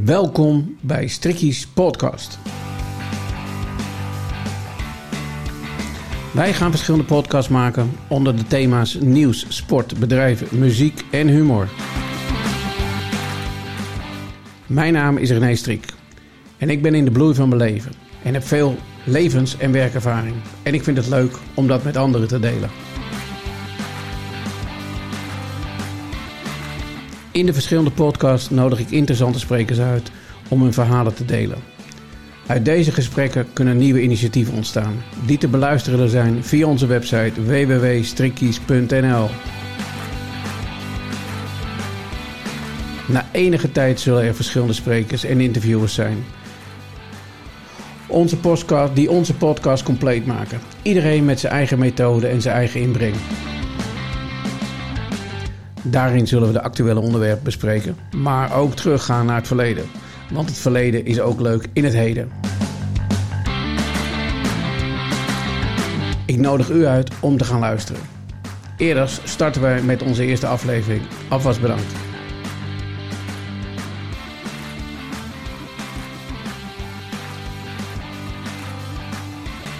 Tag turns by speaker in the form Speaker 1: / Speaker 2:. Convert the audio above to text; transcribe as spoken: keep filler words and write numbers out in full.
Speaker 1: Welkom bij Stricky's podcast. Wij gaan verschillende podcasts maken onder de thema's nieuws, sport, bedrijven, muziek en humor. Mijn naam is René Strik en ik ben in de bloei van mijn leven en heb veel levens- en werkervaring. En ik vind het leuk om dat met anderen te delen. In de verschillende podcasts nodig ik interessante sprekers uit om hun verhalen te delen. Uit deze gesprekken kunnen nieuwe initiatieven ontstaan, die te beluisteren zijn via onze website w w w punt strickies punt n l. Na enige tijd zullen er verschillende sprekers en interviewers zijn. Onze podcast, die onze podcast compleet maken. Iedereen met zijn eigen methode en zijn eigen inbreng. Daarin zullen we de actuele onderwerpen bespreken, maar ook teruggaan naar het verleden. Want het verleden is ook leuk in het heden. Ik nodig u uit om te gaan luisteren. Eerder starten wij met onze eerste aflevering. Alvast bedankt.